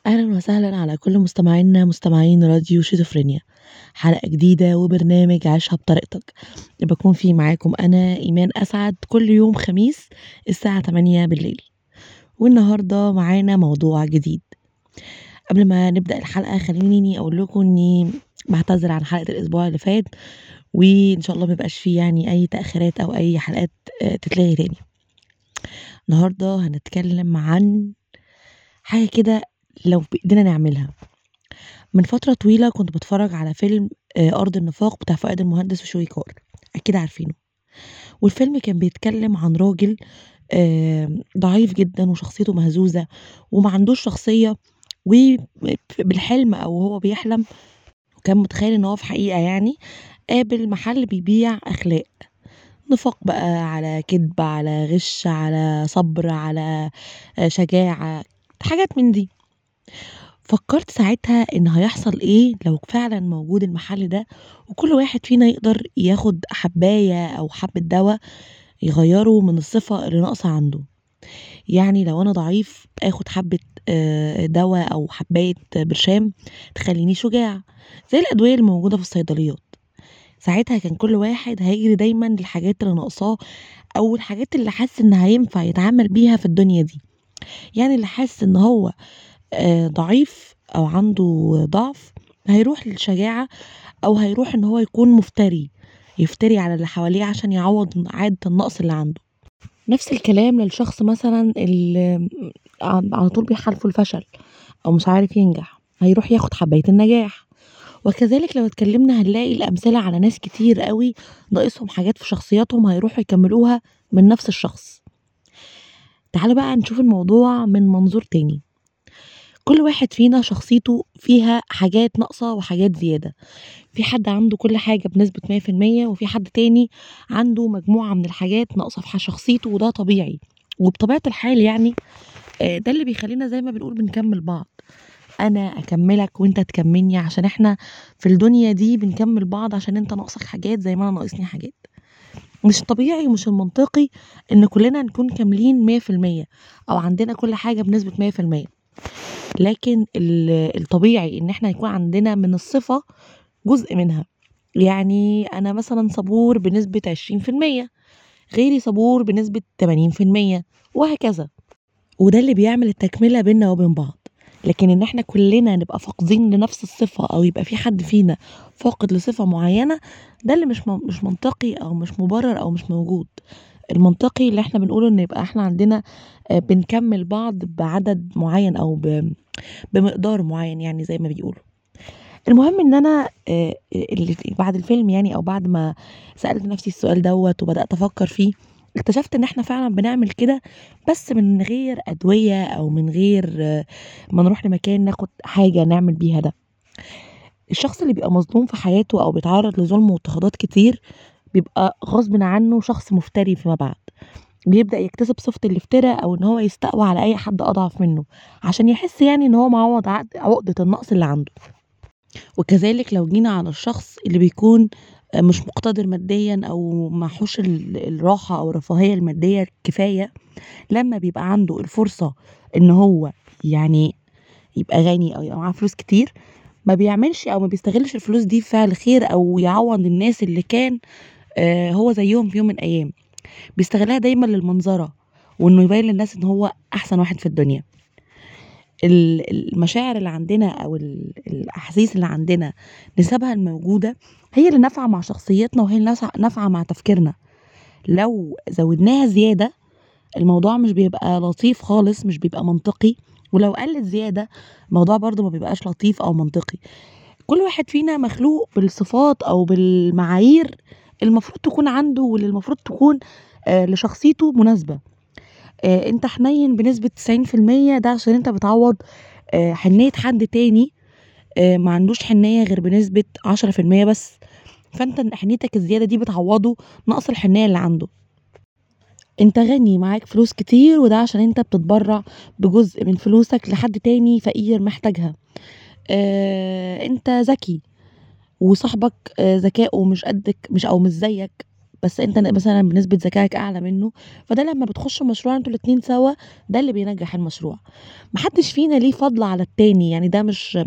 أهلا وسهلا على كل مستمعينا مستمعين راديو شيزوفرينيا. حلقة جديدة وبرنامج عيشها بطريقتك اللي بكون فيه معاكم أنا إيمان أسعد كل يوم خميس الساعة 8 بالليل. والنهاردة معانا موضوع جديد. قبل ما نبدأ الحلقة خليني أقول لكم إني بعتذر عن حلقة الأسبوع اللي فات، وإن شاء الله ميبقاش فيه يعني أي تأخيرات أو أي حلقات تتلغي تاني. النهاردة هنتكلم عن حاجة كده لو بإيدينا نعملها. من فترة طويلة كنت باتفرج على فيلم أرض النفاق بتاع فؤاد المهندس وشويكار، أكيد عارفينه. والفيلم كان بيتكلم عن راجل ضعيف جدًا وشخصيته مهزوزة وما عندوش شخصية، وبالحلم أو وهو بيحلم وكان متخيل إن هو في حقيقة يعني قابل محل بيبيع أخلاق، نفاق بقى، على كدب، على غِش، على صبر، على شجاعة، حاجات من دي. فكرت ساعتها إن هيحصل إيه لو فعلًا موجود المحل ده، وكل واحد فينا يقدر ياخد حباية أو حبة دوا يغيّروا من الصفة اللي ناقصة عنده. يعني لو أنا ضعيف آخد حبة دوا أو حباية برشام تخلّيني شجاع، زي الأدوية اللي موجودة في الصيدليات. ساعتها كان كل واحد هيجري دايمًا للحاجات اللي ناقصاه أو الحاجات اللي حاسس إن هينفع يتعامل بيها في الدنيا دي. يعني اللي حاسس إن هو ضعيف أو عنده ضعف هيروح للشجاعة، أو هيروح إن هو يكون مفتري، يفتري على اللي حواليه عشان يعوّض عادة النقص اللي عنده. نفس الكلام للشخص مثلًا اللي على طول بيحالفه الفشل أو مش عارف ينجح، هيروح ياخد حباية النجاح. وكذلك لو اتكلمنا هنلاقي الأمثلة على ناس كتير أوي ناقصهم حاجات في شخصياتهم هيروحوا يكملوها من نفس الشخص. تعالوا بقى نشوف الموضوع من منظور تاني. كل واحد فينا شخصيته فيها حاجات ناقصة وحاجات زيادة. في حد عنده كل حاجة بنسبة 100%، وفي حد تاني عنده مجموعة من الحاجات ناقصة في شخصيته، وده طبيعي. وبطبيعة الحال يعني ده اللي بيخلينا زي ما بنقول بنكمل بعض. أنا أكملك وأنت تكملني، عشان احنا في الدنيا دي بنكمل بعض، عشان انت ناقصك حاجات زي ما أنا ناقصني حاجات. مش طبيعي ومش المنطقي إن كلنا نكون كاملين 100% أو عندنا كل حاجة بنسبة 100%. لكن الطبيعي إن إحنا يكون عندنا من الصفة جزء منها. يعني أنا مثلًا صبور بنسبة 20%، غيري صبور بنسبة 80%، وهكذا. وده اللي بيعمل التكملة بيننا وبين بعض. لكن إن إحنا كلنا نبقى فاقدين لنفس الصفة، أو يبقى في حد فينا فاقد لصفة معينة، ده اللي مش منطقي أو مش مبرر أو مش موجود. المنطقي اللي إحنا بنقوله إن يبقى إحنا عندنا بنكمل بعض بعدد معين أو بمقدار معين، يعني زي ما بيقولوا. المهم إن أنا اللي بعد الفيلم يعني، أو بعد ما سألت نفسي السؤال دوّة وبدأت أفكّر فيه، اكتشفت إن إحنا فعلًا بنعمل كده، بس من غير أدوية أو من غير ما نروح لمكان ناخد حاجة نعمل بيها ده. الشخص اللي بيبقى مظلوم في حياته أو بيتعرّض لظلم واضطهادات كتير، بيبقى غصبٍ عنّه شخص مفتري فيما بعد. بيبدأ يكتسب صفة الافتراء، أو إن هو يستقوى على أي حد أضعف منّه، عشان يحس يعني إن هو معوّض عقدة النقص اللي عنده. وكذلك لو جينا على الشخص اللي بيكون مش مقتدر ماديًا أو معهوش الراحة أو الرفاهية المادية الكفاية، لمّا بيبقى عنده الفرصة إن هو يعني يبقى غني أو يبقى معاه فلوس كتير، ما بيعملش أو ما بيستغلش الفلوس دي في فعل خير أو يعوّض الناس اللي كان هو زيّهم في يوم من الأيام. بيستغلها دايمًا للمنظرة، وإنه يبيّن للناس إن هو أحسن واحد في الدنيا. المشاعر اللي عندنا أو الأحاسيس اللي عندنا نسبها الموجودة هي اللي نافعة مع شخصيتنا، وهي اللي نافعة مع تفكيرنا. لو زودناها زيادة الموضوع مش بيبقى لطيف خالص، مش بيبقى منطقي. ولو قلت زيادة الموضوع برضو ما بيبقاش لطيف أو منطقي. كل واحد فينا مخلوق بالصفات أو بالمعايير المفروض تكون عنده، واللي المفروض تكون لشخصيته مناسبة. أنت حنين بنسبة 90%، ده عشان أنت بتعوّض حنيّة حد تاني ما عندوش حنيّة غير بنسبة 10% بس. فأنت حنيّتك الزيادة دي بتعوّضه نقص الحنيّة اللي عنده. أنت غني معاك فلوس كتير، وده عشان أنت بتتبرّع بجزء من فلوسك لحد تاني فقير محتاجها. أنت ذكي وصاحبك ذكاؤه مش قدّك، مش زيّك، بس أنت مثلًا بنسبة ذكائك أعلى منه، فده لمّا بتخشوا مشروع أنتم الاتنين سوا ده اللي بينجّح المشروع. ما حدش فينا ليه فضل على التاني، يعني ده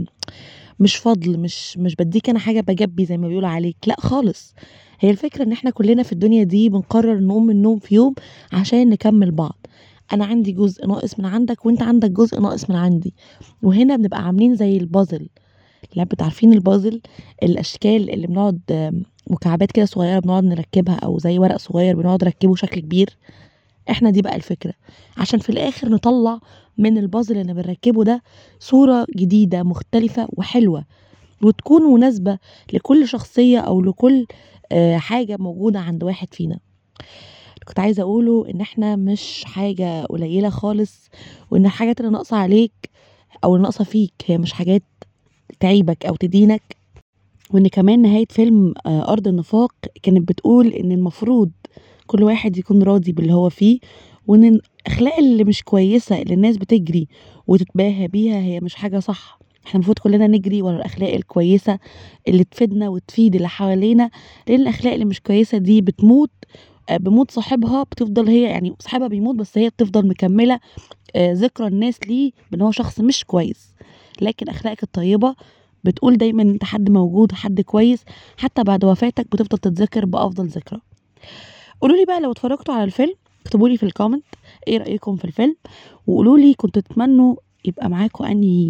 مش فضل، مش بادّيك أنا حاجة باجبّي زي ما بيقولوا عليك، لأ خالص. هي الفكرة إن إحنا كلّنا في الدنيا دي بنقرر نقوم من النوم في يوم عشان نكمّل بعض. أنا عندي جزء ناقص من عندك وأنت عندك جزء ناقص من عندي، وهنا بنبقى عاملين زي الpuzzle. لعبة عارفين الpuzzle؟ الأشكال اللي بنقعد مكعبات كده صغيّرة بنقعد نركّبها أو زي ورق صغيّر بنقعد نركّبه شكل كبير. إحنا دي بقى الفكرة، عشان في الآخر نطلّع من الpuzzle اللي بنركّبه ده صورة جديدة مختلفة وحلوة. وتكون مناسبة لكل شخصية أو لكل حاجة موجودة عند واحد فينا. اللي كنت عايزة أقوله إن إحنا مش حاجة قليلة خالص، وإن الحاجات اللي ناقصة عليك أو اللي ناقصة فيك هي مش حاجات تعيبك أو تدينك. وإن كمان نهاية فيلم أرض النفاق كانت بتقول إن المفروض كل واحد يكون راضي باللي هو فيه، وإن الأخلاق اللي مش كويسة اللي الناس بتجري وتتباهى بيها هي مش حاجة صح. إحنا المفروض كلنا نجري ورا الأخلاق الكويسة اللي تفيدنا وتفيد اللي حوالينا، لأن الأخلاق اللي مش كويسة دي بتموت. بموت صاحبها بتفضل هي، يعني صاحبها بيموت بس هي بتفضل مكملة ذكرى الناس ليه بإن هو شخص مش كويس. لكن أخلاقك الطيبة بتقول دايمًا إن أنت حد موجود، حد كويس، حتى بعد وفاتك بتفضل تتذكر بأفضل ذكرى. قولوا لي بقى لو اتفرجتوا على الفيلم، اكتبوا لي في الcomment إيه رأيكم في الفيلم، وقولوا لي كنتم تتمنوا يبقى معاكم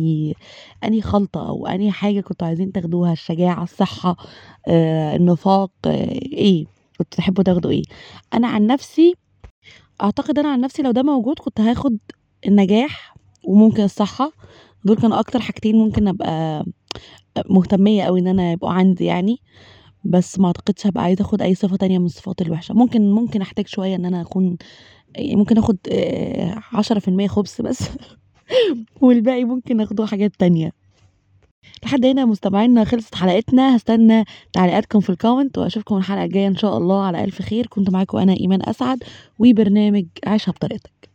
أنهي خلطة أو أنهي حاجة كنتم عايزين تاخدوها، الشجاعة، الصحة، النفاق، إيه كنتم تحبوا تاخدوا إيه؟ أنا عن نفسي أعتقد أنا عن نفسي لو ده موجود كنت هاخد النجاح وممكن الصحة. دول كانوا أكتر حاجتين ممكن أبقى مهتمية أوي إن أنا يبقوا عندي يعني. بس ما أعتقدش هابقى عايزة آخُد أي صفة تانية من الصفات الوحشة. ممكن أحتاج شوية إن أنا أكون ممكن آخُد 10% خُبث بس والباقي ممكن آخده حاجات تانية. لحد هنا مستمعينا خلصت حلقتنا، هاستنى تعليقاتكم في الcomment وأشوفكم الحلقة الجاية إن شاء الله على ألف خير. كنت معاكم أنا إيمان أسعد وبرنامج عيشها بطريقتك.